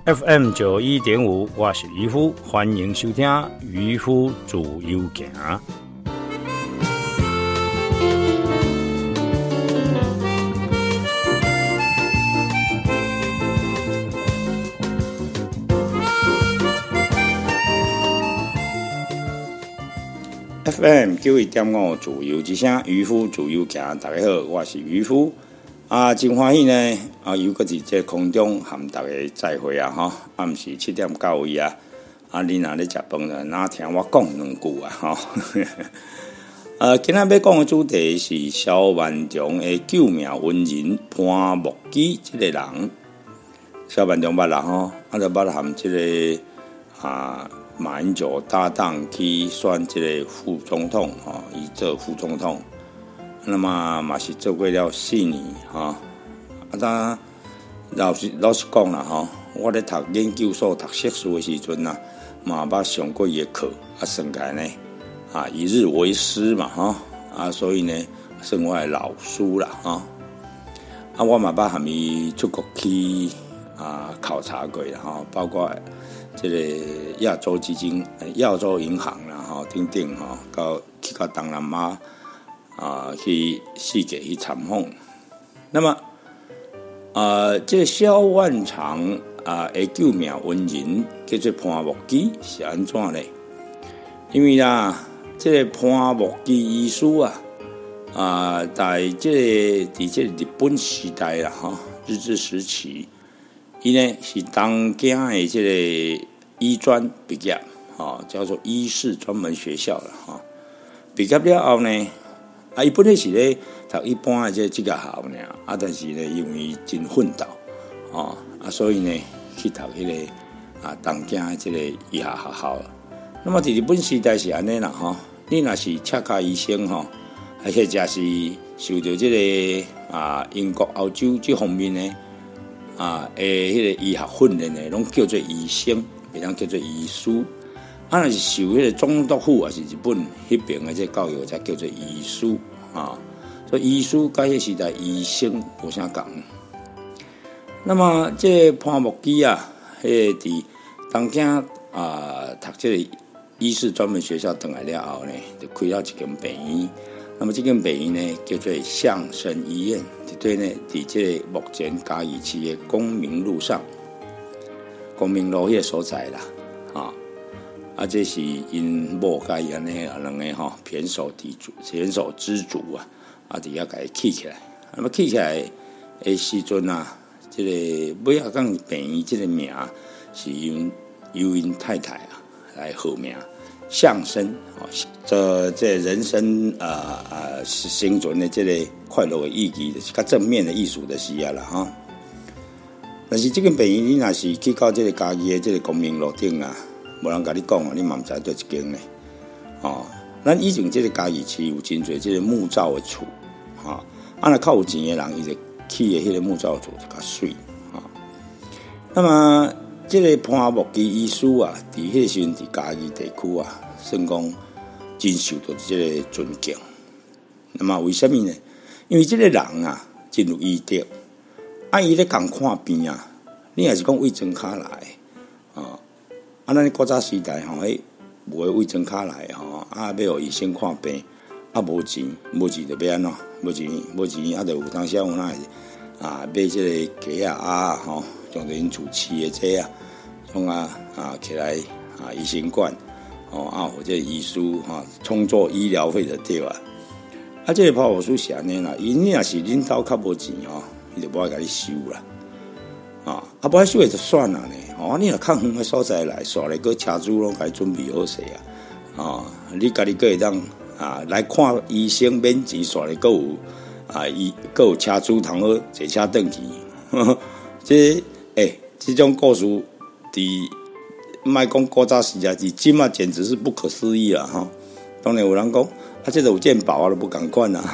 FM91.5，我是渔夫，欢迎收听渔夫自由行。FM91.5自由之声，渔夫自由行。大家好，我是渔夫。真欢喜呢！又搁伫这空中和大家再会啊！哈，暗时7点到位啊！你若咧食饭呢，哪听我讲两句啊！哈，今仔要讲的主题是萧万长的救命恩人潘木基这个人。萧万长捌啦吼，就捌和这个马英九搭档去选这个副总统以做副总统。那么嘛是做过了4年他老实讲啦我咧读研究所读硕士的时阵嘛捌上过伊的课算起来呢一日为师嘛所以呢算我的老师啦我嘛捌和伊出国去考察过啦包括这个亚洲基金、亚洲银行啦等等去到东南亚。去世界去参访，那么这个萧万长的救命恩人叫做潘木基是安怎呢？因为这个潘木基医师在这个日本时代日治时期，伊呢是东京的这个医专毕业叫做医事专门学校了毕业了后呢。伊本来是咧读一般的这个校尔但是呢，因为真奋斗所以呢去读迄个东京的这个医学学校。那么在日本时代是安尼啦你若是赤脚医生或者是受到这个英国、欧洲这方面呢迄个医学训练呢，拢叫做医生，袂当叫做医师。若是受迄个总督府是日本迄边的这教育才叫做医师所以医师甲迄时代医生无啥共。那么这潘木基伫东京读这个医事专门学校回来了后呢，就开了一间病院。那么这间病院呢叫做相生医院，伫对呢伫这个目前嘉义市的公民路上，公民路迄个所在啦这是因某甲伊安尼两个胼手知足伫遐甲伊起起来。那么起起来的时阵这个尾仔讲病院这个名是由因太太来号名相生这人生生存的这个快乐的意义，就是较正面的意思就是啦但是这个病院你若是去到这个嘉义的这个公民路顶无人甲你讲你嘛毋知叨一间呢咱以前这个嘉义市有真侪这个木造的厝若较有钱的人伊就起的迄个木造厝就较水那么这个潘木基医师伫迄个时阵伫嘉义地区算讲真受到这个尊敬。那么为什么呢？因为这个人真有医德伊咧共看病你也是讲胃诊卡来咱古早时代无胃诊卡来要互医生看病无钱就要安怎？无钱就有当时有买这个鸡将因厝饲的这种起来医生馆或者医师充作医疗费就对这个潘木基是安尼啦，你若是恁兜较无钱伊就无爱甲你收啦无爱收的就算啦呢你若较远的所在来煞来，个车主拢甲你准备好势你家己个会当来看医生免钱，煞来个有车主通好坐车转去这种故事伫莫讲古早时代，伫今简直是不可思议啦当然有人讲这个有健保都不共款啦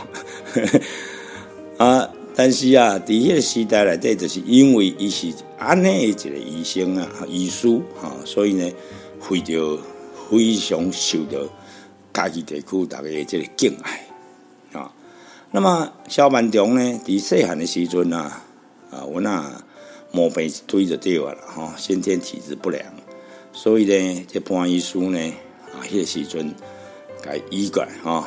但是伫迄个时代内底，就是因为伊是安尼的一个医生医师所以呢，非常受到嘉义地区大家的这个敬爱那么萧万长呢，伫细汉的时阵阮毛病一堆就对了啦，先天体质不良，所以呢，这潘医师呢，迄个时阵该医过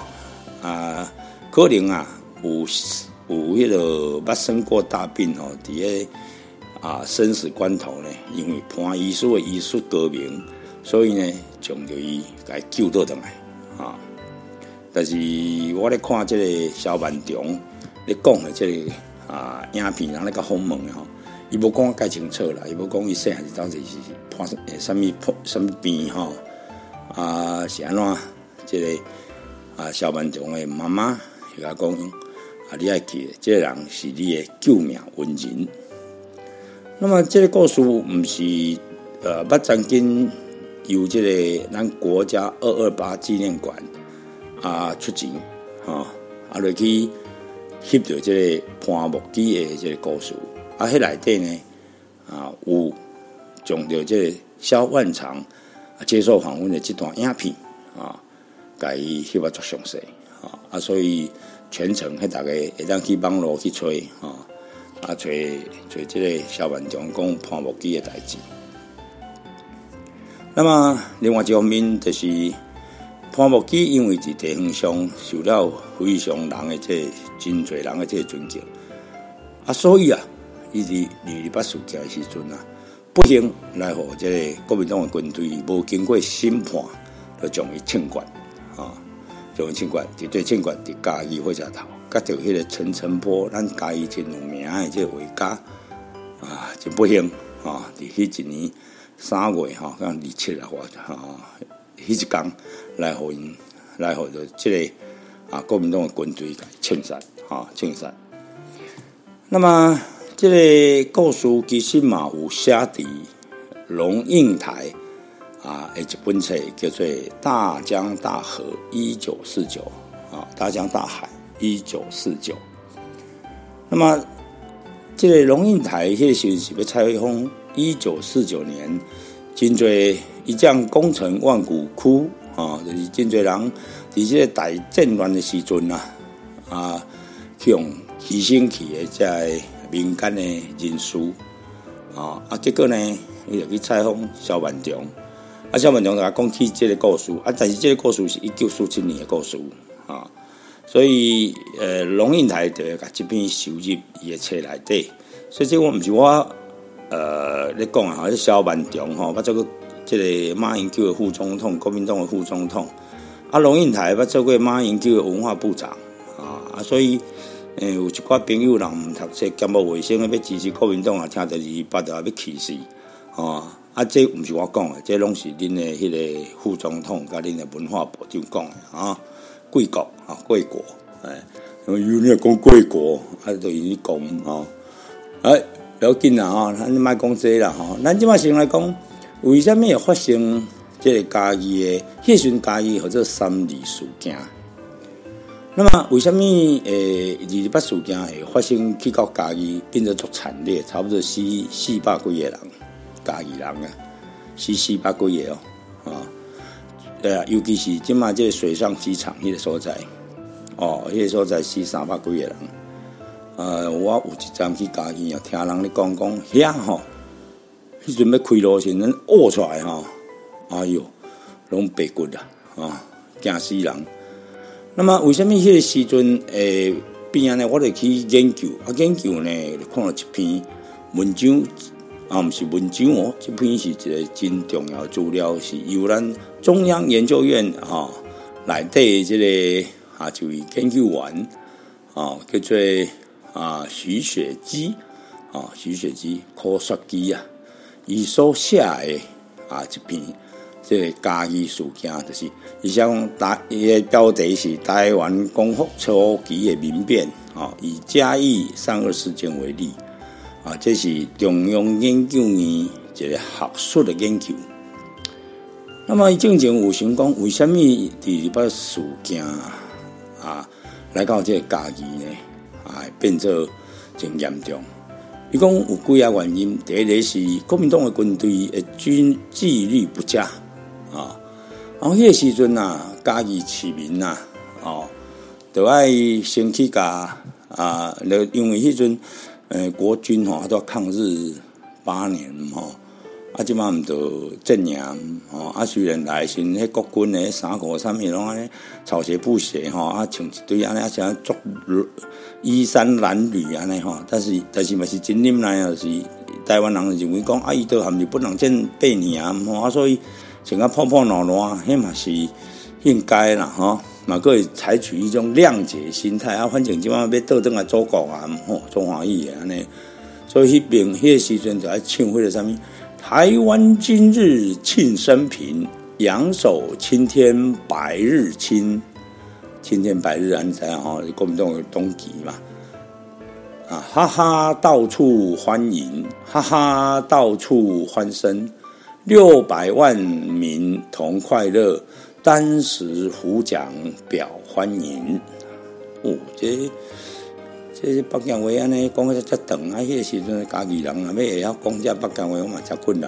可能有迄个捌生过大病伫个生死关头呢，因为潘医师的医术高明，所以呢，将着伊该救倒转来但是我咧看这个萧万长咧讲的这个影片，人咧甲访问伊无讲介清楚啦，伊无讲伊细汉时到底是判什么病是安怎？这个萧万长的妈妈就甲讲你爱记得，这个人是你的救命恩人。那么这个故事不是捌曾经由这个咱国家228纪念馆出钱落去翕到这个潘木基的这个故事迄内底呢有将到这个萧万长接受访问的这段影片甲伊翕足详细所以全程大家会当去网络去找找这个萧万长讲潘木基的代志。那么另外一方面就是潘木基因为伫地方上受了非常人的真侪人的尊敬所以伊伫228事件的时阵不幸来互这个国民党的军队无经过审判，就将伊枪决将伊枪决，伫对枪决伫嘉义火车头，甲着迄个陈澄波，咱嘉义真有名的这个画家真不幸伫迄一年3月27号迄一天来互着这个国民党的军队枪杀枪杀。那么这个故事其实嘛有写伫龙应台一本册叫做《大江大河1949》大江大海1949。那么这个龙应台迄个时阵是要采访1949年真侪一将功成万骨枯就是真侪人伫这个大战乱的时阵去用牺牲去的这民间的人士结果呢，伊就去采访萧万长萧万长就讲起这个故事但是这个故事是1947年的故事所以龙应台就把这篇收入伊的册内底，所以这我不是我咧讲这萧万长捌做过这个马英九的副总统，国民党的副总统龙应台捌做过马英九的文化部长所以有一寡朋友人毋读册兼无卫生的要支持国民党听到228就要气死这毋是我讲的，这拢是恁的迄个副总统甲恁的文化部长讲的贵国贵国有你也讲贵国就伊讲不要紧啦咱莫讲这啦咱即摆先来讲为什么会发生这个嘉义的迄时嘉义或者3二事件。那么为什么228事件会发生去到嘉义变得足惨烈，差不多400几个人嘉义人400几个尤其是即摆这个水上机场迄个所在迄个所在300几个人我有一站去嘉义听人咧讲遐迄阵要开路时阵屙出来哎哟拢白骨啦惊死人。那么为什么迄个时阵边呢？我就去研究研究呢，就看到一篇文章不是文章这篇是一个真重要的资料，是由咱中央研究院内底这个一位研究员叫做徐雪姬科学基伊所写的一篇这个嘉义事件，就是伊想伊的标题是台湾光复初期的民变以嘉义3·2事件为例这是中央研究院一个学术的研究。那么伊正前有想讲，为什么228事件来到这个嘉义呢变作真严重？伊讲有几个原因，第一个是国民党的军队的纪律不佳然后迄个时阵嘉义市民就爱先去因为迄阵国军都要抗日 8年即马毋着镇压虽然来时迄国军的衫裤啥物拢安尼草鞋布鞋穿一堆安尼像足衣衫褴褛安尼但是嘛是真忍耐就是台湾人认为讲伊都含日本人战8年所以穿啊破破烂烂，迄嘛是应该啦嘛佫会采取一种谅解心态反正即马要倒转来祖国中华义的安尼，所以迄个时阵就爱唱迄个啥物。台湾今日庆生平，仰首青天白日青。青天白日你知影国民党有党旗嘛？哈哈到处欢迎，哈哈到处欢声，600万民同快乐，当时虎奖表欢迎。这北京话安尼讲遮长迄个时阵家己人若要会晓讲遮北京话，我嘛遮困难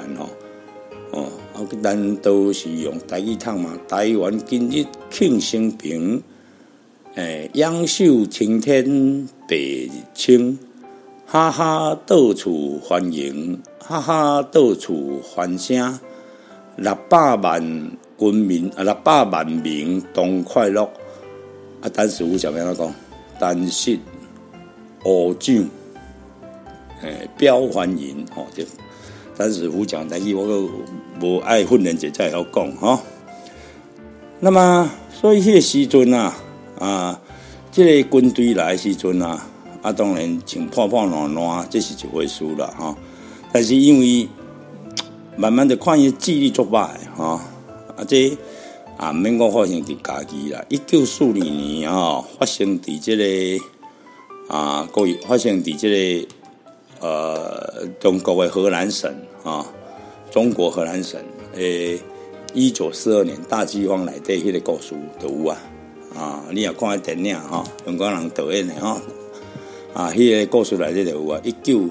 咱都是用台语唱嘛。台湾今日庆生平，仰首青天白日青，哈哈到处欢迎，哈哈到处欢声，600万军民600万民同快乐。当时有啥物讲？当时虎奖表欢迎当时虎奖台语我无爱训练者才会晓讲那么所以迄个时阵这个军队来的时阵当然穿破破烂烂，这是一回事啦但是因为慢慢的看伊纪律足歹这免讲发生伫家己啦。1942年发生伫这个发生伫这个中国的河南省中国河南省1942年大饥荒内底迄个故事就有你也看电影香港人导演的迄个故事内底就有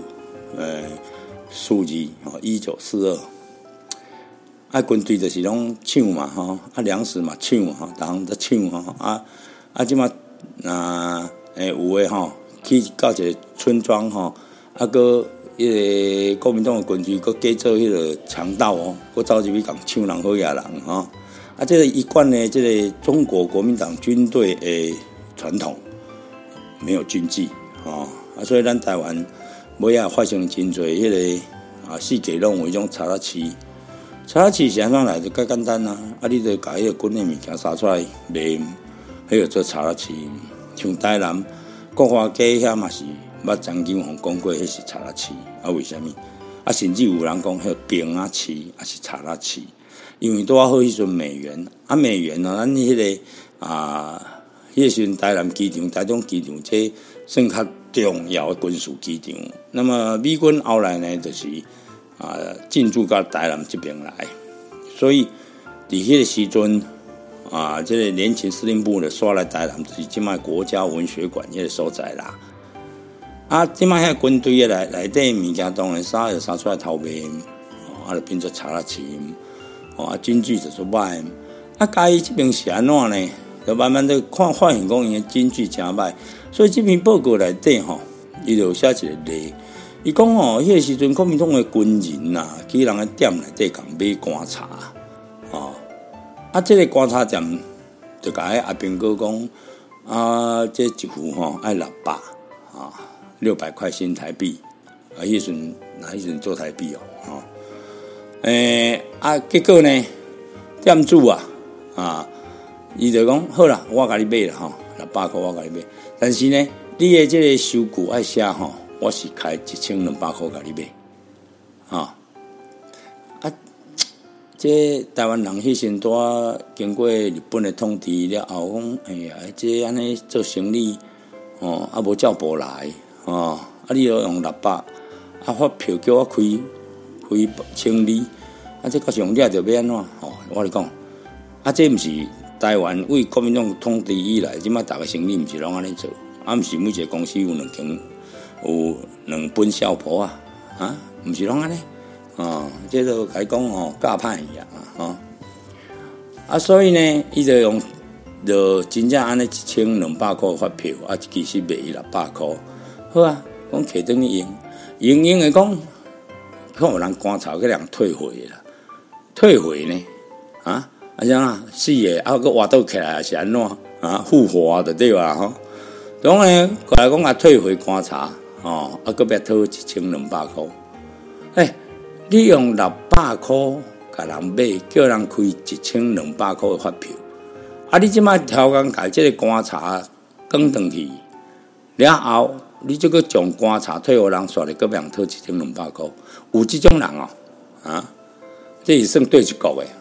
1942军队就是拢抢嘛粮食嘛抢逐项都抢即马有的去到一个村庄个迄个国民党的军队佫假做迄个强盗佫走入去共抢人好野人这个一贯呢，这个中国国民党军队的传统没有军纪所以咱台湾尾仔发生真侪迄个世界拢有迄种查拉市。查拉市是安怎来就介简单你就甲迄个军的物件杀出来卖，迄个做查拉市。像台南国华街遐嘛是捌曾经讲过，迄是查拉市为什么甚至有人讲迄个平仔市也是查拉市，因为拄好迄阵美元美元咱迄个迄个时阵台南机场、台中机场这算较重要的军事机场。那么美军后来呢，就是进驻到台南这边来，所以伫迄个时阵这个联勤司令部的刷来台南，就是现在国家文学馆迄个所在啦。现在遐军队的内底物件当然杀就杀出来偷卖，就变做查拉市，军纪就说歹。嘉义这边是安怎呢？就慢慢的发现讲伊的军纪真歹，所以这篇报告内底伊就写一个例。伊讲迄个时阵国民党的军人去人的店内底共买观察这个观察店就甲阿兵哥讲这一副爱600块新台币迄阵做台币结果呢店主伊就讲好啦，我甲你买啦600块我甲你买，但是呢你的这个收据爱写我是开1200块甲你买这台湾人迄时阵经过日本的统治了后讲这安尼做生意无照步来你要用600发票叫我开1200这到时用了就要安怎我跟你讲这毋是台湾为国民党统治以来即摆大家生意毋是拢安尼做毋是每一个公司有2本小铺毋是拢安尼这就甲伊讲教歹样所以呢伊就真正安尼1200块发票其实卖伊600块好讲摕转去用的讲看有人观察，个人退回啦，退回呢，啊像死诶，个活倒起来是安怎复活的对吧？吼，当然过来讲退回观察，个要讨1200块，你用600块甲人买，叫人开1200块的发票，你即摆超工甲即个观察讲转去了后，你这个将观察退互人煞咧，个要人讨1200块，有即种人这是算对一国的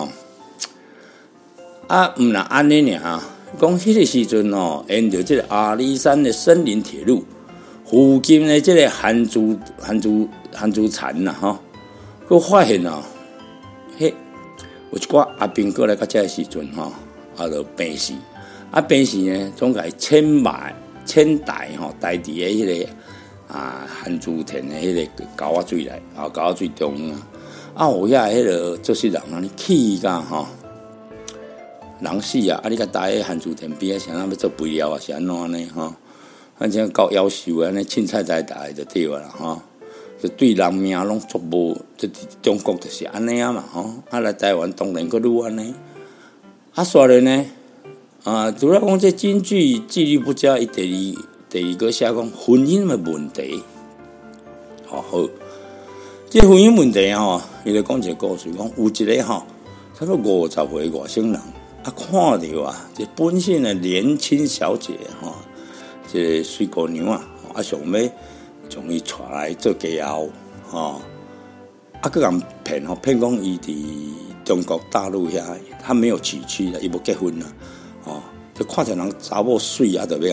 毋若安尼尔讲迄个时阵沿着即个阿里山的森林铁路附近的即个韩珠田佮发现有一寡阿兵过来到这个时阵就病死，病死呢总该迁台台伫诶迄个韩珠田的迄个沟仔水内，沟仔水中有迄个做事人气甲人死你甲待喺韩珠田边想要做肥料是安怎呢反正够夭寿安尼凊彩在大就对啦就对人命拢足无，这中国就是安尼嘛来台湾当然阁愈安尼煞咧呢除了讲这京剧纪律不佳，伊第二个写讲婚姻的问题好，这婚姻问题伊就讲一个故事，讲有一个差不多50岁外省人看到这本省的年轻小姐这水姑娘想要将伊带来做家后佮人骗讲伊伫中国大陆遐，他没有娶妻伊无结婚就看着人查某水就要人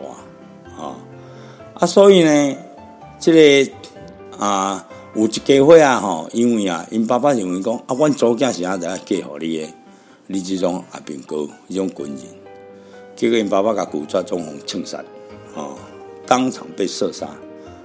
带所以呢，这个有一家伙因为因爸爸认为讲阮祖囝是就要嫁互你的，你这种阿兵哥这种军人，结果因爸爸甲古抓中红枪杀当场被射杀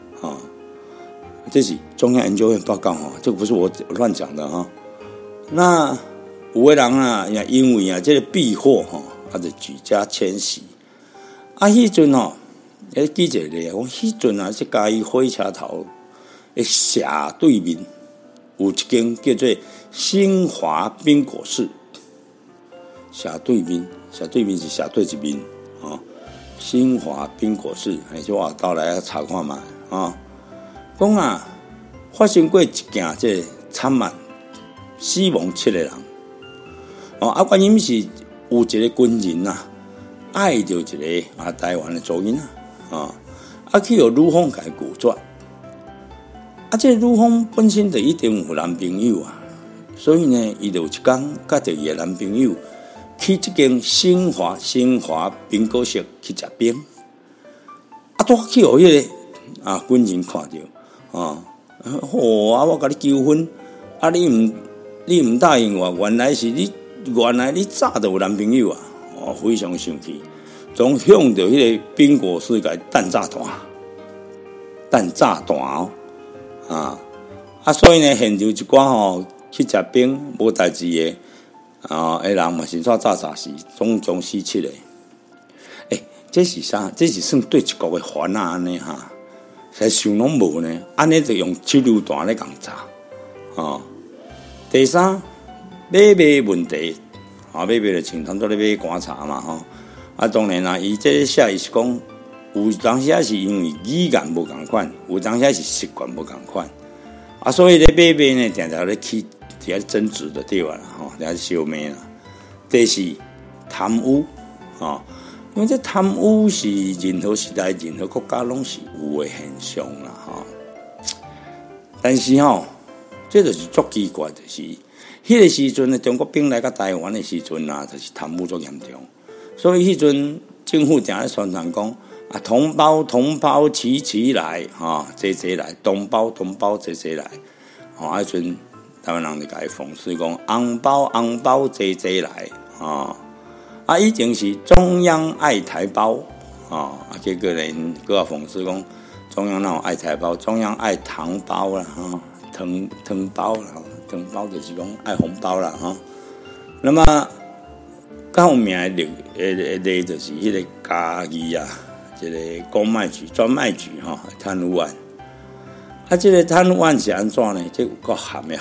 这是中央研究院报告这个不是我乱讲的那有的人也因为这个避祸就举家迁徙迄阵记者咧讲迄阵是嘉义火车头的斜对面有一间叫做新华宾果室，斜对面是斜对一面新华宾果室，就我到来查看嘛讲发生过一件这惨案，死亡7个人原因是有一个军人爱着一个台湾的族人去有女方甲伊拒绝这个女方本身就一定有男朋友所以呢伊就有一天甲着伊的男朋友去这间新华宾果室去食冰拄去互迄个军人看到我甲你求婚你唔答应我，原来你早就有男朋友非常生气，总向着迄个宾果室甲弹炸弹所以呢现场一寡去食冰无代志的的人嘛是煞炸死，总共死7个这是啥？这是算对一国的烦安尼实想拢无呢，安尼就用手榴弹咧共炸第三买卖问题买卖就像当作咧买观察嘛当然伊这写伊是讲有当时是因为语言无同款，有当时是习惯无同款所以咧买卖呢常常咧起伫争执的对啦常常烧卖啦。第四贪污因为这贪污是任何时代任何国家拢是有的现象啦但是这就是足奇怪，就是迄个时阵中国兵来到台湾的时阵就是贪污足严重，所以迄阵政府常咧宣传讲同胞齐齐来齐来，同胞齐来迄阵台湾人就甲伊讽刺讲红包齐来以前是中央爱台胞结果呢搁讽刺讲中央哪有爱台胞，中央爱糖包啦糖包啦，糖包就是讲爱红包啦那么较有名的例就是迄个嘉义这个公卖局专卖局贪污案这个贪污是安怎呢？这有够含啦，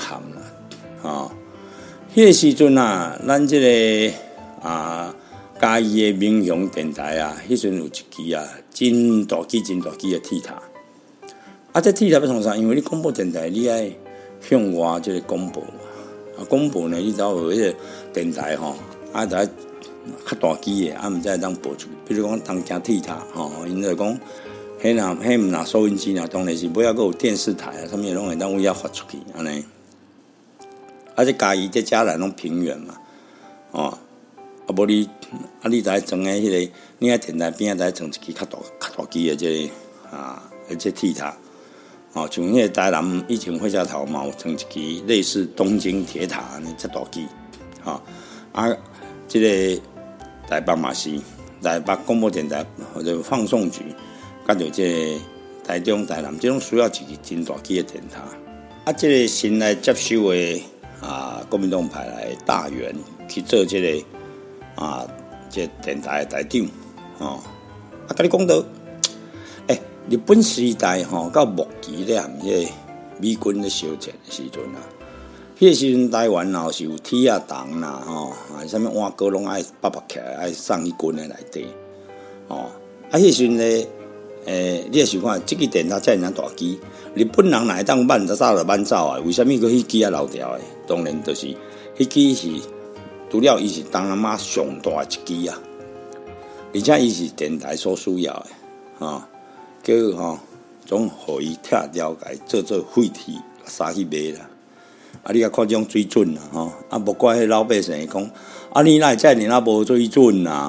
迄个时阵啊，咱这个嘉义的民雄电台啊，迄阵有一支啊，真大支的铁塔。这铁塔要创啥？因为你广播电台，你爱向外这个广播嘛。广播呢，你只要有迄个电台就爱较大支的，毋才会当播出去。比如讲东京铁塔因就讲。迄毋拿收音机啊，当然是尾仔阁有电视台啊，啥物拢会当尾仔发出去安尼。这嘉义这嘉南拢平原嘛，无你在装迄个，你喺电台边仔在装一支较大支的这铁塔，像迄个台南以前火车头嘛有装一支类似东京铁塔安尼遮大支，这个台北嘛是台北广播电台或者放送局。甲着这台中、台南，这种需要一支真大支的电塔。这个新来接收的国民党派来的大员去做这个这电台的台长甲你讲到，日本时代到末期咧，迄个美军咧烧战的时阵迄个时阵台湾是有铁啊档啦啥物碗糕拢爱拔起来，爱送去军的内底迄个时阵咧。你也想看，这个电塔遮尔大支，日本人哪会当慢走就慢走啊？为什么佮迄支留条的？当然就是迄支是除了伊是东南亚上大一支而且伊是电台所需要的叫总互伊拆掉来做废铁，杀去卖啦。你甲看这种水准啦无怪迄老百姓讲，你哪会遮尔无水准啦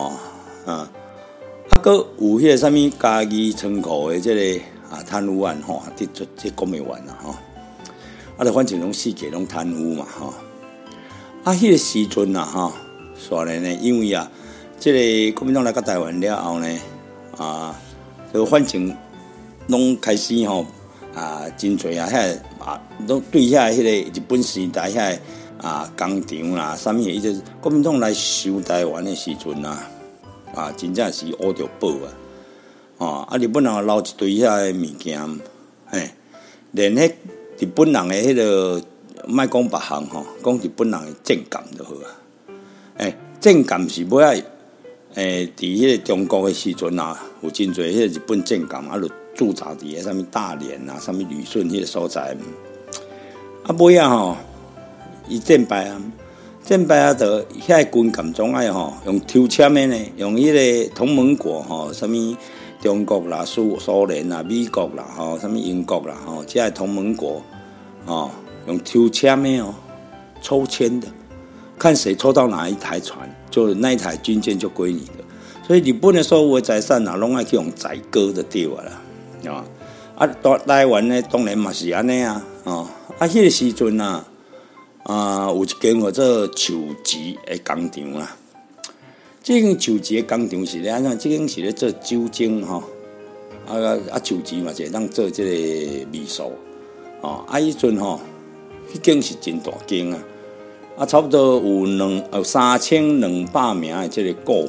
阁有迄个啥物嘉义仓库的这个贪污案得出这讲袂完就反正拢世界拢贪污嘛迄个时阵虽然呢，因为这个国民党来到台湾了后呢就反正拢开始真侪遐拢对遐迄个日本时代遐工厂啦，啥物伊就国民党来收台湾的时阵真正是乌着宝日本人留一堆遐物件，连迄日本人的迄个，莫讲别项讲日本人的政干就好政干是尾仔伫迄个中国的时阵有真侪迄个日本政干就驻扎伫个啥物大连啥物旅顺迄个所在，尾仔伊战败就遐军舰总爱用抽签的呢，用迄个同盟国什么中国啦、苏联啦、美国啦什么英国啦这同盟国用抽签的抽签的，看谁抽到哪一台船，就那一台军舰就归你的。所以日本的所有的财产拢爱去用宰割的对啦台湾呢当然嘛是安尼迄个时阵有一间叫做树枝的工厂啦。这间树枝的工厂是咧安怎？这间是咧做酒精树枝嘛，就当做这个味素迄阵迄间是真大间差不多有3200名的这个雇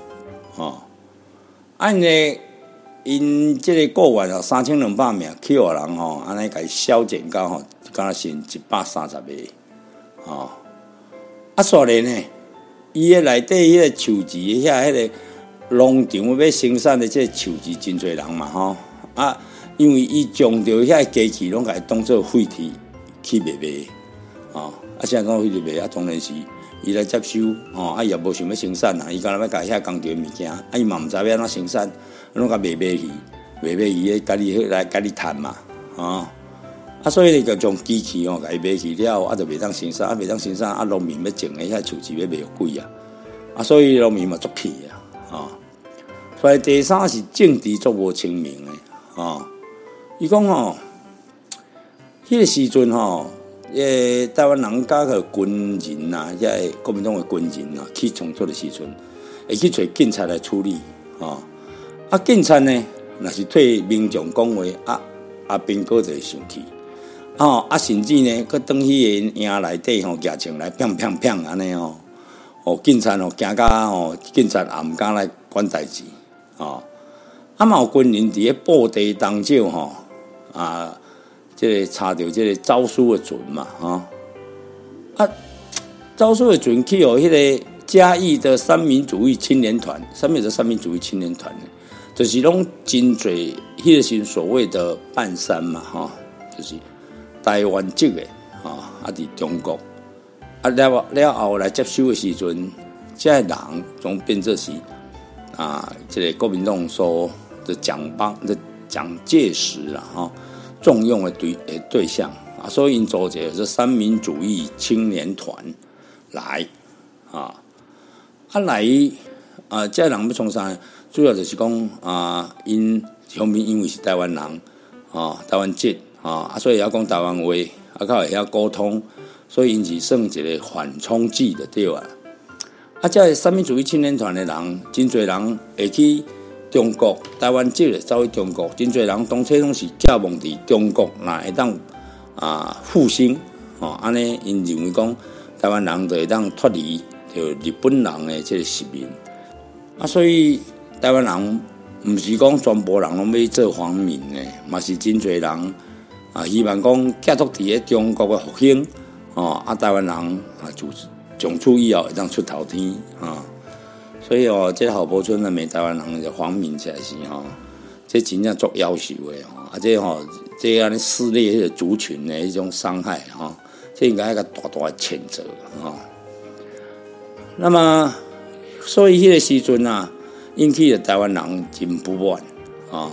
员因这个雇员3200名去互人安尼甲伊削减到敢若是130个虽然呢，伊个内底迄个树枝遐迄个农场要生产的这个树枝真侪人嘛因为伊种着遐机器拢甲伊当做废铁去卖现在讲废铁卖当然是伊来接收伊也无想要生产伊干那要甲遐工厂物件伊嘛毋知要安怎生产，拢甲卖去诶，家己来家己趁嘛所以就将机器甲伊卖去了就袂当生产袂当生产农民要种诶遐树枝要卖贵所以农民嘛足气所以第三是政治足无清明诶伊讲迄个时阵台湾人甲个军人遐国民党诶军人去冲突诶时阵，会去找警察来处理警察呢，若是替民众讲话兵哥就会生气甚至呢，佮转去个营内底举枪来砰砰砰安尼警察惊到警察也毋敢来管代志嘛有军人伫咧布袋当少这个查到这个诏书的准嘛，诏书的准去有迄个嘉义的三民主义青年团，上面有三民主义青年团呢，就是拢真侪迄个时所谓的半山嘛，就是台湾籍的伫中国了后来接收的时阵，这些人总变作是这个国民党所的蒋介石重用的对象所以因组织这三民主义青年团来来这些人要创啥？主要就是讲因乡民因为是台湾人台湾籍所以要讲台湾话较会晓沟通，所以因是算一个缓冲剂的对啊。这三民主义青年团的人，真侪人会去中国，台湾籍的走去中国，真侪人当初拢是寄望伫中国，那会当复兴安尼因认为讲台湾人就会当脱离就日本人的这个殖民所以台湾人毋是讲全部人拢要做皇民的，嘛是真侪人希望讲寄托伫中国的复兴台湾人就从此以后会当出头天所以这个郝柏村美台湾人的皇民起来是这真正足夭寿的这安尼撕裂迄个族群的迄种伤害这应该一个大大的谴责那么所以迄个时阵引起了台湾人真不满好，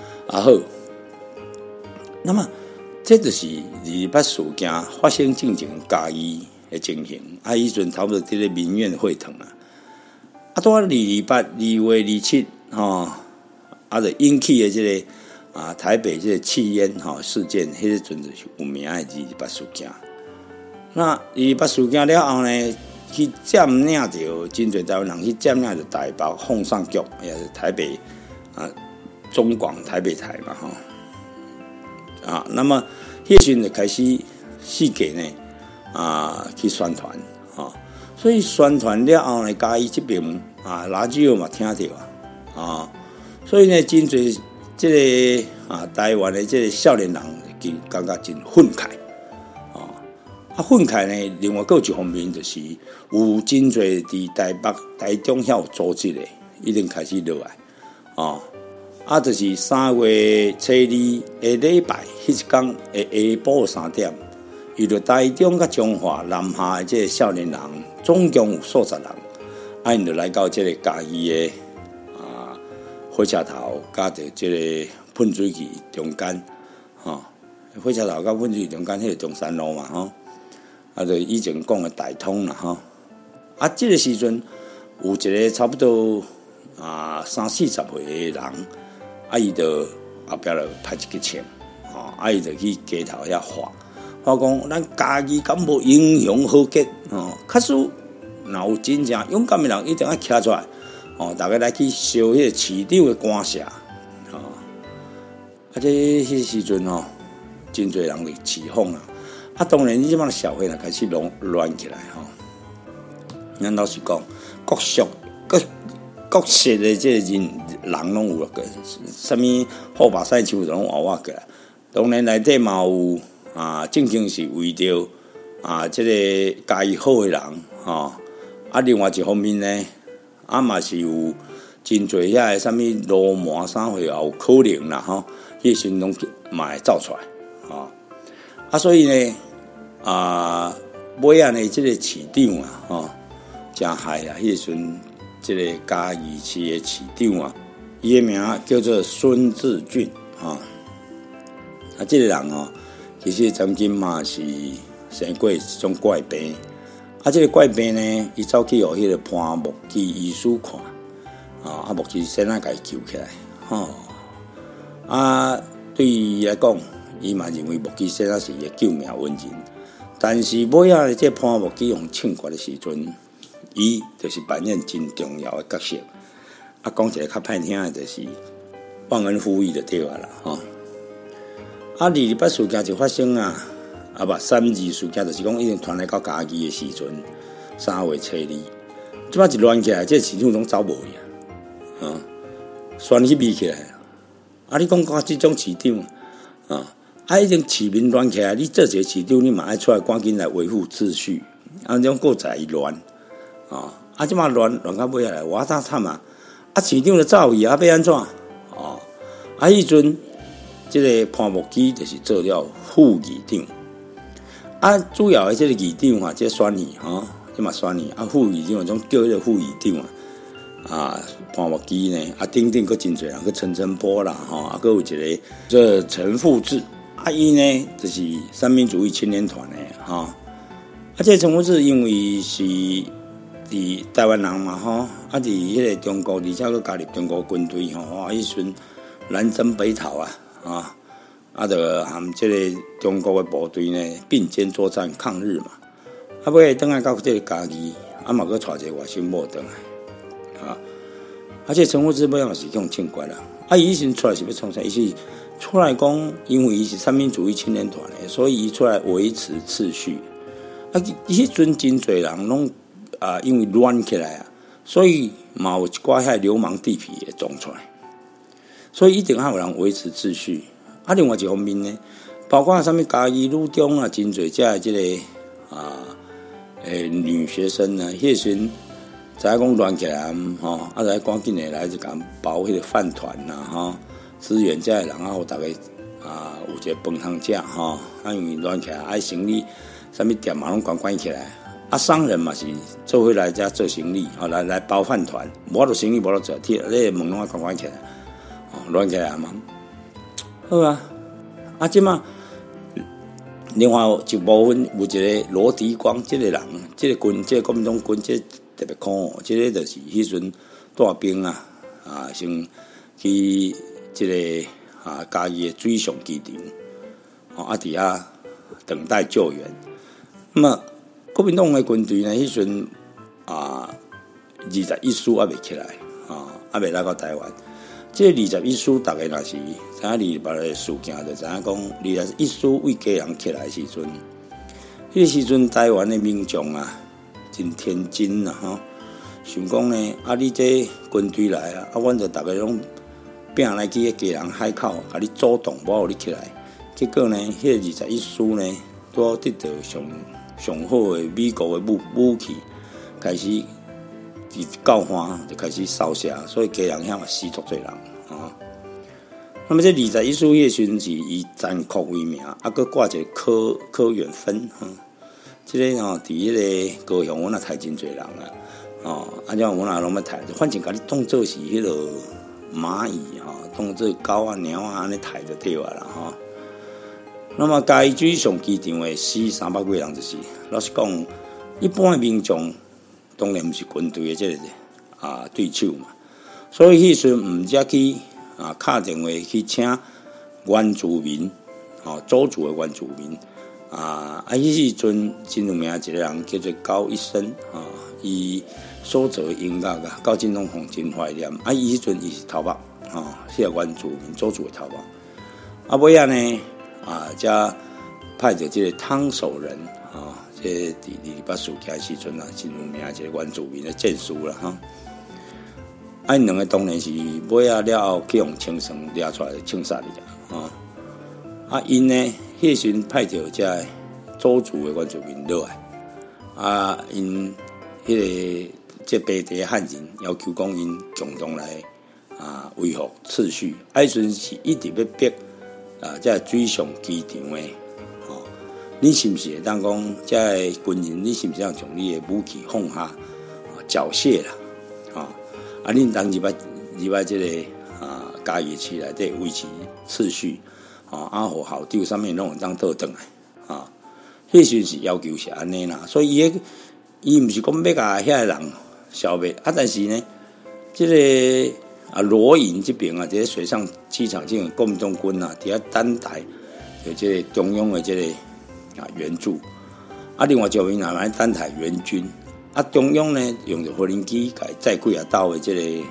那么这就是228事件发生进前嘉义的情形迄阵差不多这个民怨沸腾到228、2月27就引起的这个台北这个弃烟事件，迄个阵就是有名的228事件。那228事件了后呢，去占领着真侪台湾人去占领着台北凤山局，也是台北中广台北台嘛那么迄时阵就开始四界呢去宣传所以宣传了后呢，嘉义这边垃圾嘛听到所以呢，真侪这个台湾的这个少年人感觉真愤慨愤慨呢，另外还有一方面就是有真侪伫台北、台中遐有组织的，已经开始落来就是3月初2的礼拜，迄一天的下晡3点，伊就台中甲彰化南下的这个少年人，总共有数十人，因就来到这个嘉义的火车头，加着这个喷水器中间火车头甲喷水器中间迄个中山路嘛就以前讲的大通啦这个时阵有一个差不多30-40岁的人伊就后壁就派一支枪伊就去街头遐话讲咱家己敢无英雄好杰假使若有真正勇敢的人，一定要站出来大家来去烧迄个市长的官舍这迄时阵真侪人就起哄当然你即摆社会开始乱起来咱老实讲各色的这人拢有什么好把赛球拢活起来，当然内底嘛有正经是为着这个嘉义好的人另外一方面呢嘛是有真侪遐的什么罗麻啥货也有可能啦迄时拢嘛会走出来所以呢尾仔呢这个市长真害迄时阵这个嘉义市的市长伊的名叫做孙志俊这个人其实曾经嘛是生过一种怪病这个怪病呢伊走去予迄个潘木基医师看木基先生甲伊救起来对伊来讲伊嘛认为木基先生是伊的救命恩人，但是尾仔这潘木基用枪决的时阵，伊就是扮演真重要的角色讲一个较歹听的就是忘恩负义就对啦228事件就发生3.2事件就是讲已经传来到嘉义的时阵3月初2即摆一乱起来，这市场拢走无去旋去味起来你讲这种市场已经市民乱起来，你做一个市长，你嘛爱出来赶紧来维护秩序，这种够在乱即马乱到尾来，我打惨啊！市长就走去要安怎迄阵即个潘木基就是做了副议长，主要的即个议长即选议即嘛选议副议长种叫迄个副议长潘木基呢顶佫真侪人，佫陈澄波啦佫有一个这陈复志伊呢就是三民主义青年团的这个陈复志因为是伫台湾人嘛伫迄个中国，而且佫加入中国军队迄阵南征北讨就和这个中国的部队呢并肩作战抗日嘛，尾倒来到这个家己嘛佫带一个外甥某倒来这陈复志尾嘛是用庆关啦伊时出来是要创啥？伊是出来讲，因为伊是三民主义青年团的，所以伊出来维持秩序迄阵真侪人拢因为乱起来所以嘛有一寡遐流氓地痞会撞出来，所以一定还有人维持秩序另外一方面呢，包括什么嘉义女中真侪这即个女学生呢，迄时阵知影讲乱起来就赶紧的来就甲包迄个饭团支援这些人互大家有一个饭通食因为乱起来生意什么店嘛拢关起来商人嘛是做回来遮做生意来包饭团，无就生意无得做，你门拢关起来乱起来嘛。好即马另外一部分有一个罗迪光，这个人，这个国民党军，这个特别酷这个就是迄阵带兵先去这个嘉义的水上机场伫遐等待救援。那么国民党的军队呢，迄阵21师还未起来还未来到台湾。这21师大家若是知影2月的事件，就知影讲21师为家人起来的时阵，迄个时阵台湾的民众真天真想讲呢你这军队来阮就大家拢拼来去家人海口，甲你主动无你起来，结果呢，迄个21师呢，都得到上好的美国的武器，开始到岸就开始扫射，所以家人遐嘛死足侪人那么这21师迄时阵是以残酷为名，佫挂一个柯远芬这个伫迄个高雄，阮杀真侪人这样阮也拢要杀，反正甲你当作是迄个蚂蚁当作狗猫安尼杀就对啦那么嘉义水上机场的死300几人，就是老实讲，一般的民众当然毋是军队的这个对手嘛，所以迄时毋则去敲电话去请原住民周族的原住民迄时阵真有名一个人叫做高一生伊所做的音乐高进拢互真怀念伊迄阵伊是头目迄个原住民周族的头目尾呢才派着这个汤守仁这伫228事件的时阵真有名一个原住民的剑士啦因两个当然是尾了后去用枪绳抓出来枪杀你因呢迄时阵派着这周族的原住民落来因迄个这本地汉人要求讲因共同来维护秩序迄阵是一直要逼这水上机场的你是不是会当讲这军人，你是不是要将你的武器放下缴械啦恁当入来这个嘉义市内底维持秩序互校长上面拢会当倒转来迄时是要求是安尼啦，所以伊毋是讲要甲遐人消灭但是呢这个罗营这边这个水上机场这个国民党军伫遐等待有这个中央的这个援助另外一边来等待援军中央呢用着无人机甲载几道的这个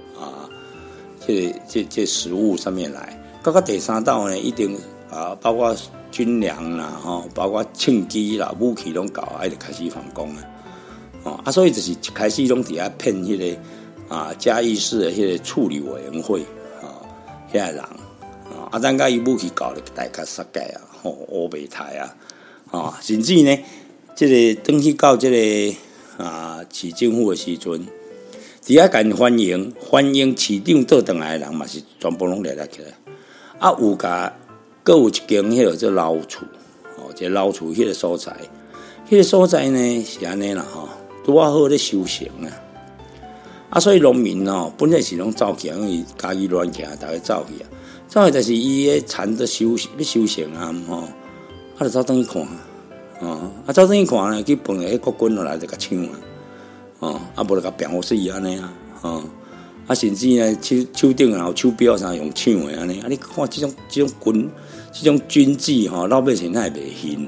这食物上面来，到第3道呢一定包括军粮啦包括庆机啦武器拢到就开始反攻所以就是一开始拢伫遐骗迄个嘉义市的迄个处理委员会遐人等甲伊武器搞咧大甲杀界啊，乌白台啊，甚至呢，即个转去到即个市政府的时阵，伫遐甲因欢迎市长倒转来的人嘛是全部拢列起来，有甲，各有一间迄个做老厝，即老厝迄个所在，迄个所在呢是安尼啦拄好咧修行所以农民本来是拢走去，因为家己乱行，大家走去走去，就是伊咧禅要修行就走转去看，走转去看呢，去碰迄国军落来就甲抢无就甲变好死安尼甚至呢手顶然后手表啥用抢的安尼，你看这种军纪老百姓哪会袂信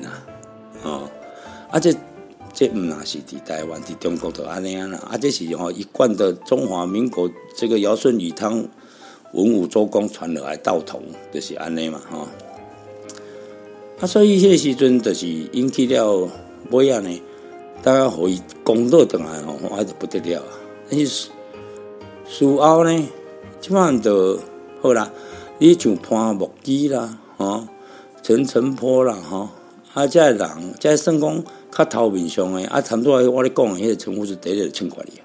这毋若是伫台湾，伫中国就安尼这是一贯的中华民国这个尧舜禹汤文武周公传落来道统，就是安尼嘛所以迄个时阵就是引起了尾仔呢，大家互伊攻倒转来那就不得了但是事后呢，即摆就好啦，你像潘木基啦陈澄波啦这人这算讲较头面上的差不多我咧讲的迄个陈副是第一个称过哩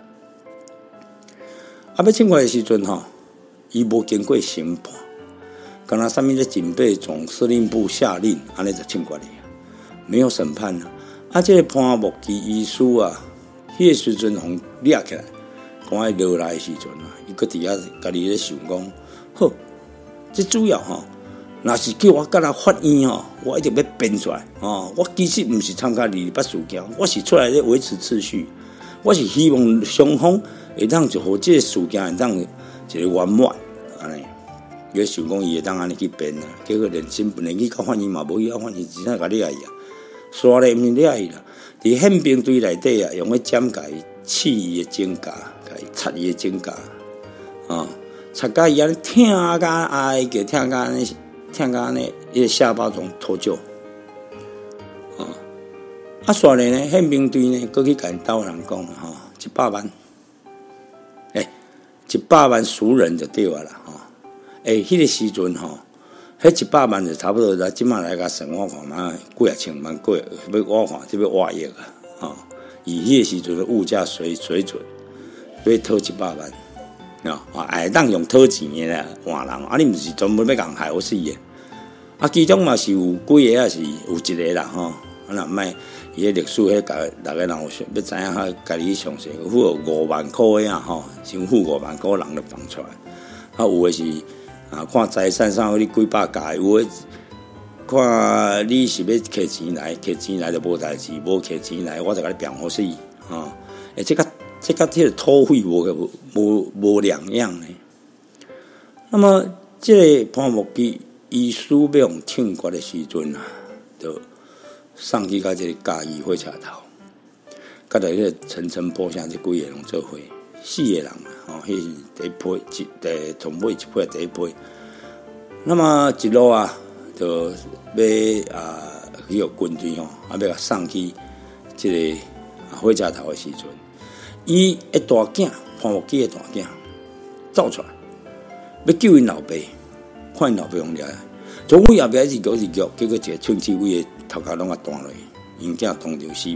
要称过的时阵伊无经过审判，敢若上面的警备总司令部下令安尼就称过哩没有审判这个潘木基医师迄个时阵互掠起来，讲伊落来的时阵伊搁伫遐家己咧想讲，好，这主要若是叫我甲他法院我一定要编出来我其实毋是参加228事件，我是出来咧维持秩序，我是希望双方会当就互这个事件会当一个圆满安尼。伊想讲伊会当安尼去编结果连去到法院嘛无去到法院，真正甲掠伊刷咧毋是掠伊啦，伫宪兵队内底用咧针甲伊刺伊的指甲，甲伊插伊的指甲插甲伊安尼疼甲哀个疼甲安尼，伊个下巴中脱臼煞咧呢，宪兵队呢，搁去甲因斗人讲100万，100万赎人就对啦迄个时阵迄100万就差不多即马来甲算我看嘛，几啊千万要我看要活亿以迄个时阵的物价水准，要讨100万。会当用讨钱的啦，换人你毋是专门要共害我死的其中嘛是有几个是有一个啦若莫伊个历史迄大家人要知影家己详细付5万块的先付5万块人就放出来有的是看财产上你几百家，有的看你是要摕钱来就无代志，无摕钱来我就甲你变好死这甲迄个土匪无两样呢。那么这个潘木基医师要用庆国的时阵就送去到这个嘉义火车头，甲着迄个陈澄波啥这几个人做伙，4个人迄是第一批，从尾一批第一批。那么一路就要去个军队要送去这个火车头的时阵。伊的大囝潘木基的大囝走出来，要救因老爸，看因老爸用掠，从尾后边一叫，结果一个枪支位的头壳拢弹落去，因囝当场死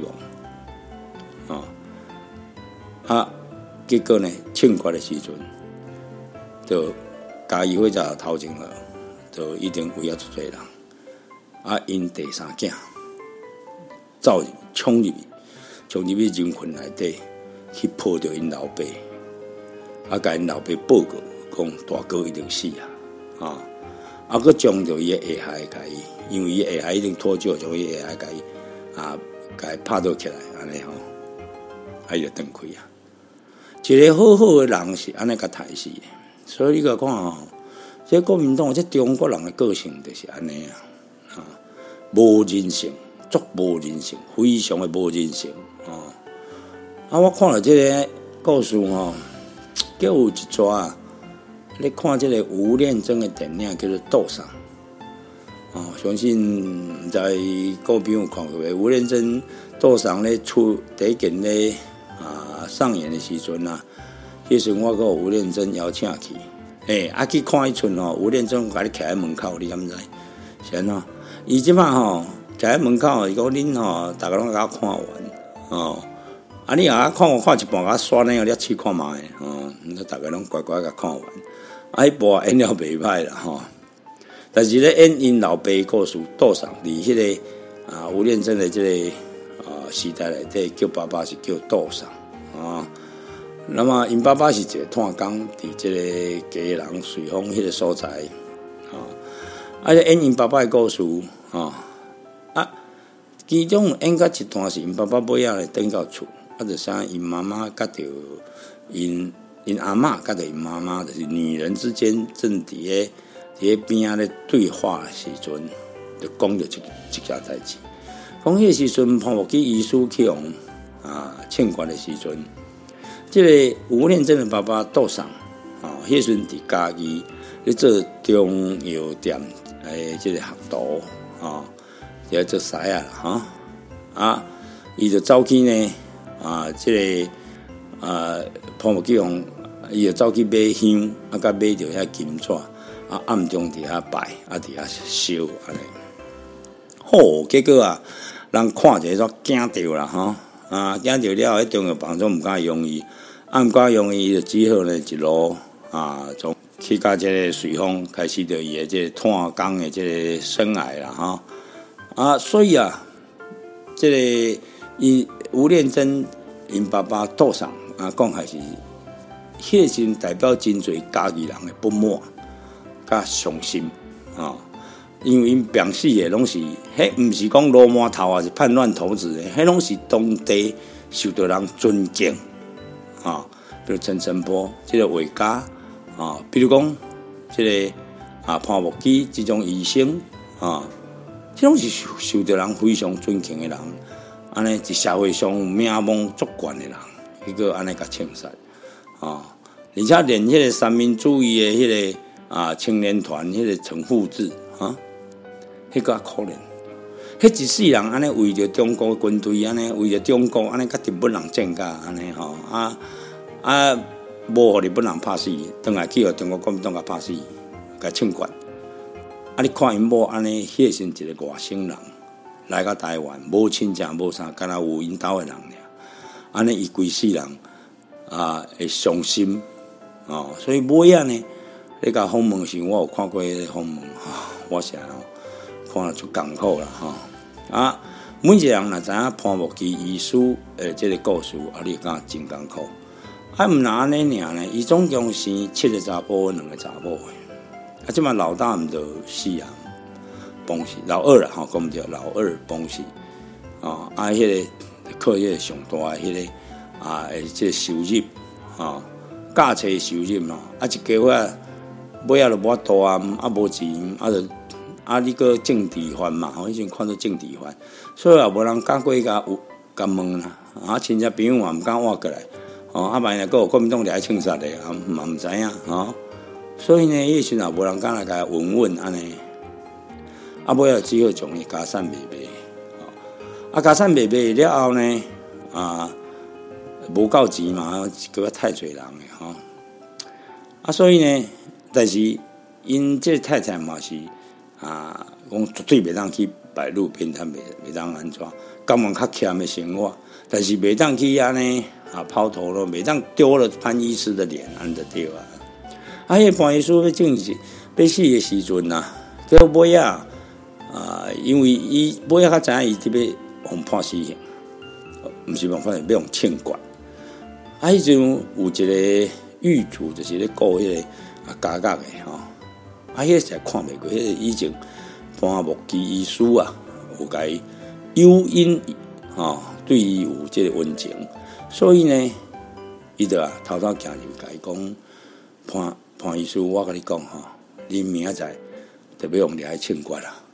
亡。结果呢，庆国的时阵，就嘉义火车头前了，就一定围了一堆人。因第三囝走入冲入去人群内底。去抱着因老爸，甲因老爸报告，讲大哥一定死佫将着伊的下海甲伊，因为伊下海一定脱臼，将伊下海甲伊甲伊拍倒起来，安尼伊就转开一个好好的人是安尼甲杀死的，所以你甲看这国民党这中国人的个性就是安尼无人性，足无人性，非常的无人性我看了这个故事叫有一撮你看这个吴念真的电影叫做《斗赏》相信唔知各位朋友看过未？吴念真《斗赏》咧出第一件咧上演的时阵迄时我跟吴念真邀请去去看迄阵吼，吴念真甲你徛喺门口，你敢知？是安怎？伊即摆吼徛喺门口，伊讲恁吼，逐个拢甲我看完哦。你也看一半，甲刷那个你试看卖哦。逐个拢乖乖甲看完。迄部演了袂歹啦吼。但是咧演因老爸故事倒上，伫迄个吴念真的即个时代内底，叫爸爸是叫倒上啊。那么因爸爸是一个炭工，伫即个家人瑞丰迄个所在演因爸爸的故事其中演到一段是因爸爸尾仔转到厝，就啥因妈妈甲着因阿嬷甲着因妈妈，就是女人之间正伫咧边仔咧对话的时阵，就讲着一件代志。讲迄个时阵，潘木基遗书去用庆官的时阵。即个吴念真的爸爸倒上迄时阵伫家己咧做中药店即个学徒伫做师伊就走去呢即个潘木基用伊就走去买香甲买着遐金纸暗中伫遐摆伫遐烧安尼。好，结果人看者煞惊着啦惊着了后，迄中药房总毋敢用伊。毋敢用伊就只好呢一路从去到即个瑞丰开始着伊的即个炭工的即个生涯啦所以即个伊吴念真因爸爸倒上讲还是迄个时代表真侪家己人的不满甲伤心因为因表示的拢是迄毋是讲罗马头是叛乱头子的，迄拢是当地受到人尊敬比如陈澄波这个画家比如讲这个潘木基这种医生这种是受到人非常尊敬的人，安尼在社会上名望足悬的人，迄个安尼甲称赞而且连迄个三民主义的迄个青年团迄个陈复志迄个可怜，迄一世人安尼为着中国军队安尼为着中国安尼甲日本人战甲安尼无互日本人拍死，转来去互中国国民党甲拍死，甲庆管。你看因某安尼，迄是一个外省人来到台湾，无亲戚无啥，敢若有因兜的人尔。安尼伊规世人会伤心所以尾仔呢，你甲访问时，我有看过迄个访问我是看了足艰苦啦每一个人若知影潘木基遗书即个故事你感觉真艰苦。毋若安尼尔呢？伊总共生7个查甫，2个查某的。即摆老大毋着死崩死，老二啦讲毋对，老二崩死迄个靠迄个上大迄个即个收入驾车收入一家伙尾仔就无法度无钱你个政治犯嘛迄阵看到政治犯，所以也无人敢过甲问啦亲戚朋友嘛毋敢换过来。万一还有国民党来庆杀的嘛毋知影所以呢，迄时也无人敢来甲问问安尼尾仔只好将伊家产卖家产卖了后呢无够钱嘛，个太侪人的所以呢，但是因这太太嘛是讲绝对袂当去摆路边摊，袂当安怎，甘愿较欠的生活，但是袂当去安尼抛头颅，袂当丢了潘医师的脸，安就对迄个潘医师要正是要死的时阵叫尾仔因为伊尾仔较知影伊特别互判死刑，毋是判死刑，要互庆管。迄阵有一个狱卒，就是咧告迄个加角的迄个实在看袂过，迄个以前潘木基医师有甲伊诱因对伊有这个温情，所以呢，伊就偷偷行入甲伊讲潘医师，我甲你讲你明仔载特要用掠去庆管啦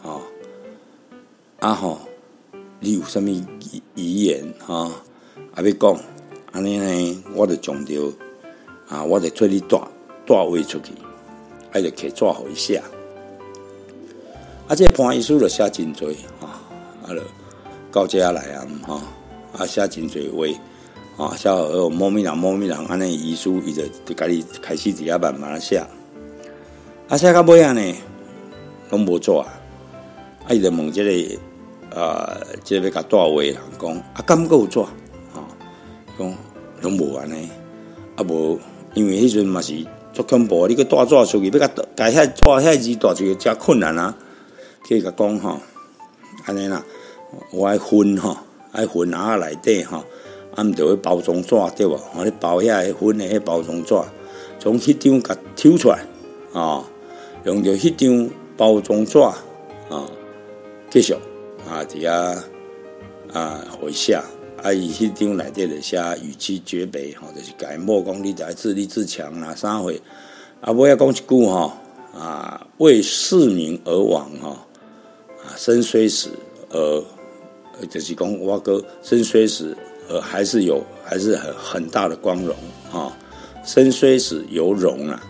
你有啥物遗言要讲安尼呢？我就将着我就替你带话出去，就摕纸互伊写。这个潘医师就写真多就到这来写真多话。 小河某米人安尼遗书，伊就家己开始伫遐慢慢写。写到尾啊呢，拢无做啊。伊就问这个这个要甲带话的人讲，敢还有纸？讲拢无安尼，无，因为迄阵嘛是足恐怖，你去带纸出去，要甲遐纸遐字带出去，真困难啊。去甲讲安尼啦，我爱分爱分内底毋着迄包装纸对无？你包遐分的迄包装纸，从迄张甲抽出来用着迄张包装纸继续伫遐回写。伊迄张内底就写与其诀别就是甲因某讲你得自立自强啦，啥货尾仔讲一句为市民而亡生虽死就是讲我哥生虽死还是很大的光荣生虽死犹荣啦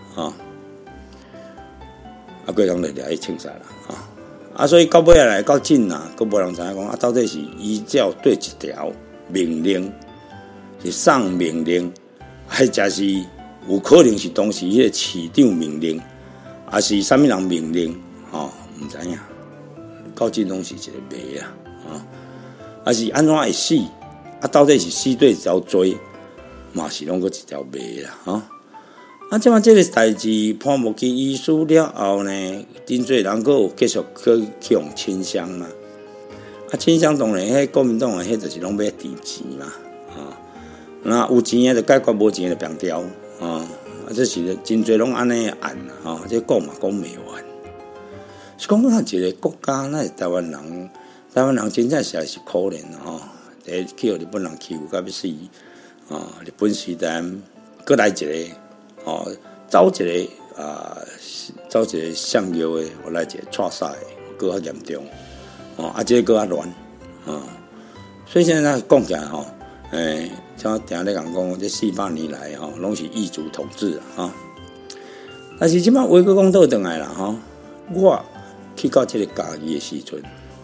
贵人就掠去清晒啦所以到尾来到近啦，佫无人知影讲到底是依照对一条命令是上命令，还假是有可能是当时迄个市长命令，还是啥物人命令毋知影。到近拢是一个谜还是安怎会死？到底是死对一条罪，嘛是拢个一条谜啦即摆这个代志判无去遗书了后呢，真侪人佫有继续去用清乡嘛。清乡当然，迄国民党迄就是拢要提钱嘛那有钱的就解决，无钱的就平调这是真侪拢安尼案这讲嘛讲袂完。是讲咱一个国家，咱台湾人真正是可怜第一去互日本人欺负到要死日本时代佫来一个走一个上游的，我来一个错赛佫较严重这个佫较乱所以现在讲起来像定咧讲这400年来拢是异族统治但是即摆话佫讲倒转来啦我去到这个嘉义的时阵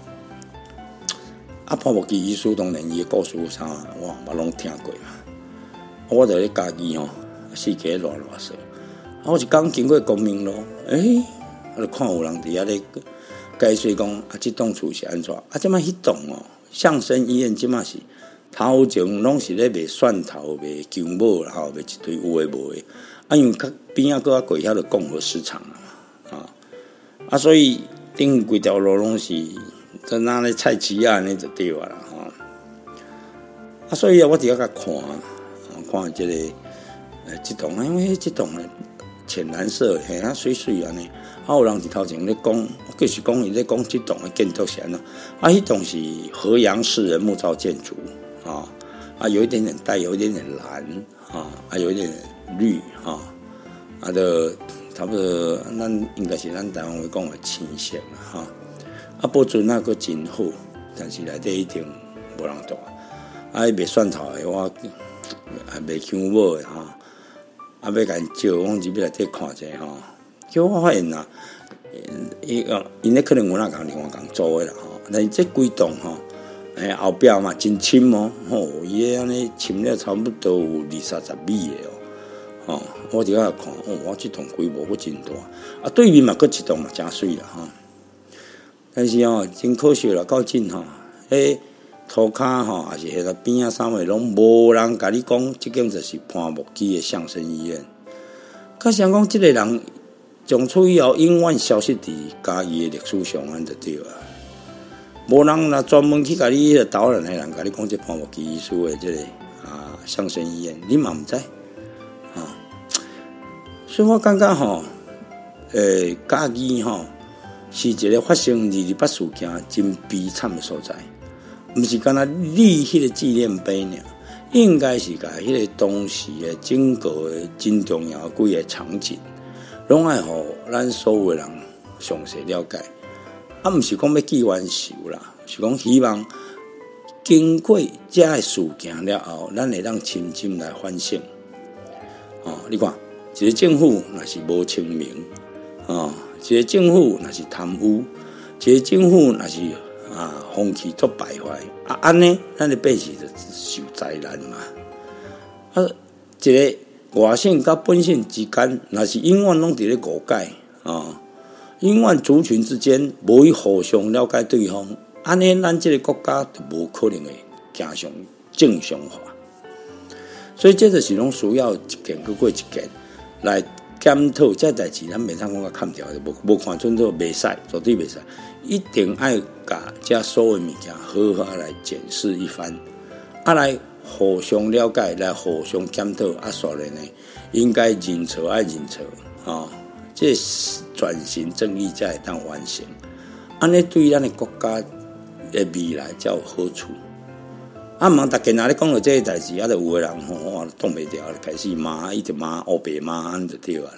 潘木基遗书当然伊的故事啥我拢听过嘛我在咧嘉义四界乱说我一刚经过光明路我就看有人伫遐咧解说讲这栋厝是安怎即摆迄栋相声医院即摆是头前拢是咧卖蒜头卖姜母啦卖一堆有诶无诶因为边仔佫过遐就共和市场啦所以顶规条路拢是在那咧菜市啊安尼就对啦所以我伫遐甲看这个这栋因为这栋浅蓝色水水安尼有人伫头前咧讲继续讲伊咧讲这栋的建筑是安怎迄栋是河阳市人木造建筑有一点点带有一点点蓝有一点点绿就差不多咱应该是咱台湾话讲的青色啦保存那个真好，但是内底一定无人住卖蒜头的我卖姜母的要甲因借我入去内底看者叫我发现因咧可能有哪共另外共租的啦但是这几栋后壁嘛真深伊安尼深了差不多有20-30米的我伫遐看我这栋规模佫真大对面嘛佫一栋嘛真水啦但是真可惜啦到近涂骹也是迄个边仔啥物拢无人甲你讲这间就是潘木基的相声医院较想讲这个人从此以后永远消失伫嘉义的历史上安就对啊无人啦专门去甲你导览的人甲你讲这潘木基医师的这个相声医院你嘛毋知所以我感觉嘉义是一个发生228事件真悲惨的所在毋是干那立迄个纪念碑呢应该是甲迄个当时的整个的真重要的几个场景拢爱互咱所有的人详细了解毋是讲要记冤仇啦是讲希望经过这个事件了后咱会当深深来反省你看一个政府若是无清明一个政府若是贪污一个政府若是风气作败坏安尼咱的百姓就受灾难嘛一个外省甲本省之间，若是永远拢伫咧误解永远族群之间无去互相了解对方，安尼咱这个国家就无可能会走上正常化。所以这就是拢需要一件过一件来检讨这代志，咱袂通讲看掉，无看准都袂使，绝对袂使，一定要甲这所有物件好好来检视一番，来互相了解，来互相检讨，所然呢，应该认错认错这转型正义才会当完成，安尼对咱的国家的未来才有好处。茫大家若咧讲到这个代志，就有个人哇挡袂牢，开始骂，一直骂黑白骂，安就对啦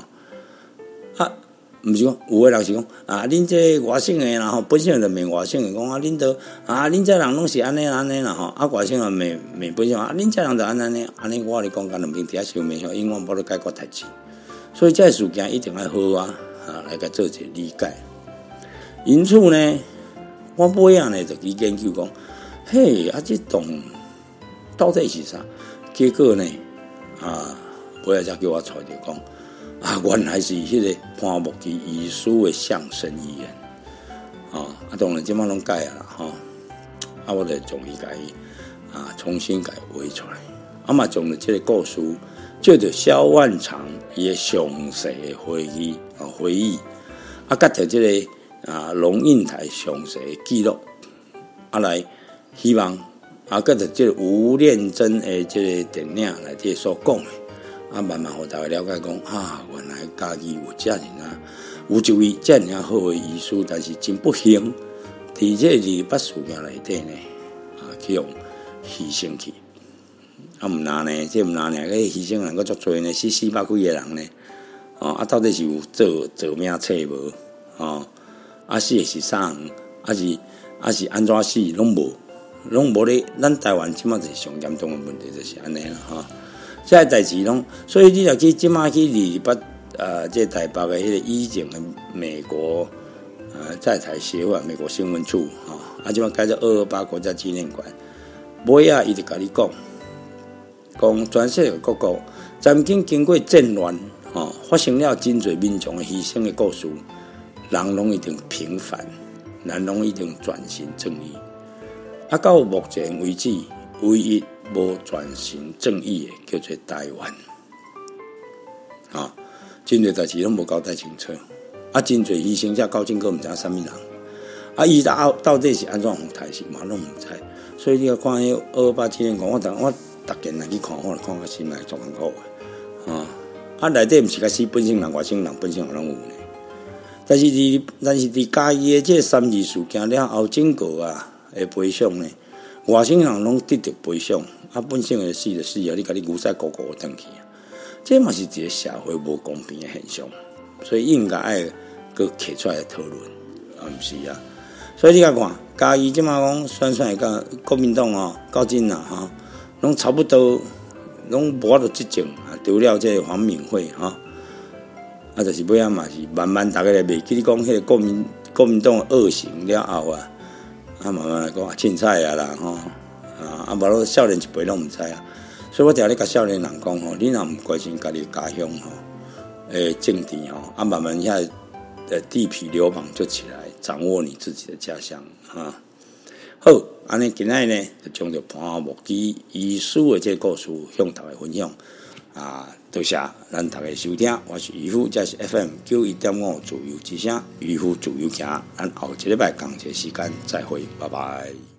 毋是讲有个人是讲恁这外省的啦本省人骂外省的，讲恁这人拢是安尼啦外省人骂本省恁这人就安尼，我咧讲，甲两边底下相骂，永远无咧解决代志。所以这事件一定要好来甲做一个理解。因此呢，我尾仔呢就去研究讲，这栋到底是啥？结果呢，尾仔才叫我揣着讲，原来是迄个潘木基遗书的相声医院，当然即摆拢改啦我就终于甲伊重新改画出来，嘛将了这个故事。借着萧万长伊个详细的回忆，甲着这个龙应台详细的记录，来希望甲着这个吴念真的这个电影内底所讲的，慢慢互大家了解讲原来家己有遮尔有一位遮尔好的医师，但是真不幸，伫这28事件内底呢，去用牺牲去。毋难呢，这毋难呢，个牺牲人个足多呢，400几个人呢，到底是有做命册无？死的是啥人？是安怎死？拢无咧。咱台湾即马就是上严重的问题，就是安尼啦这个代志拢，所以你若去即马去28这台北的迄个以前的美国在台协会美国新闻处即马改做228国家纪念馆，尾仔伊就甲你讲全世界各国曾经过战乱发生了真侪民众的牺牲的故事，人拢一定平反，人拢一定转型正义。到目前为止，唯一无转型正义的叫做台湾。真侪代志拢无交代清楚，真侪牺牲者到今个毋知影啥物人，伊到底是安怎互杀死嘛拢毋知。所以你要看迄228纪念馆，我逐件来去看，我看个心内足艰苦的内底毋是甲死本省人、外省人、本省人拢有呢。但是伫嘉义的这3·2事件了后，整个的赔偿呢，外省人拢得到赔偿，本省的死就死你甲你牛屎咕咕回去这嘛是一个社会无公平的现象，所以应该爱搁摕出来讨论，毋是所以你甲看，嘉义即马讲选甲国民党到今拢差不多，拢无法度执政除了这个黄敏惠就是尾仔嘛是慢慢大家来袂记你讲迄个国民党恶行了后慢慢来讲凊彩啦无咯少年一辈拢毋知所以我定咧甲少年人讲你若毋关心家己家乡政治慢慢遐地痞流氓就起来掌握你自己的家乡好，安尼今仔呢就将着潘木基遗书的这个故事向大家分享多谢咱大家收听，我是渔夫，这是 FM91.5 自由之声，渔夫自由行，咱后一礼拜同一时间再会，拜拜。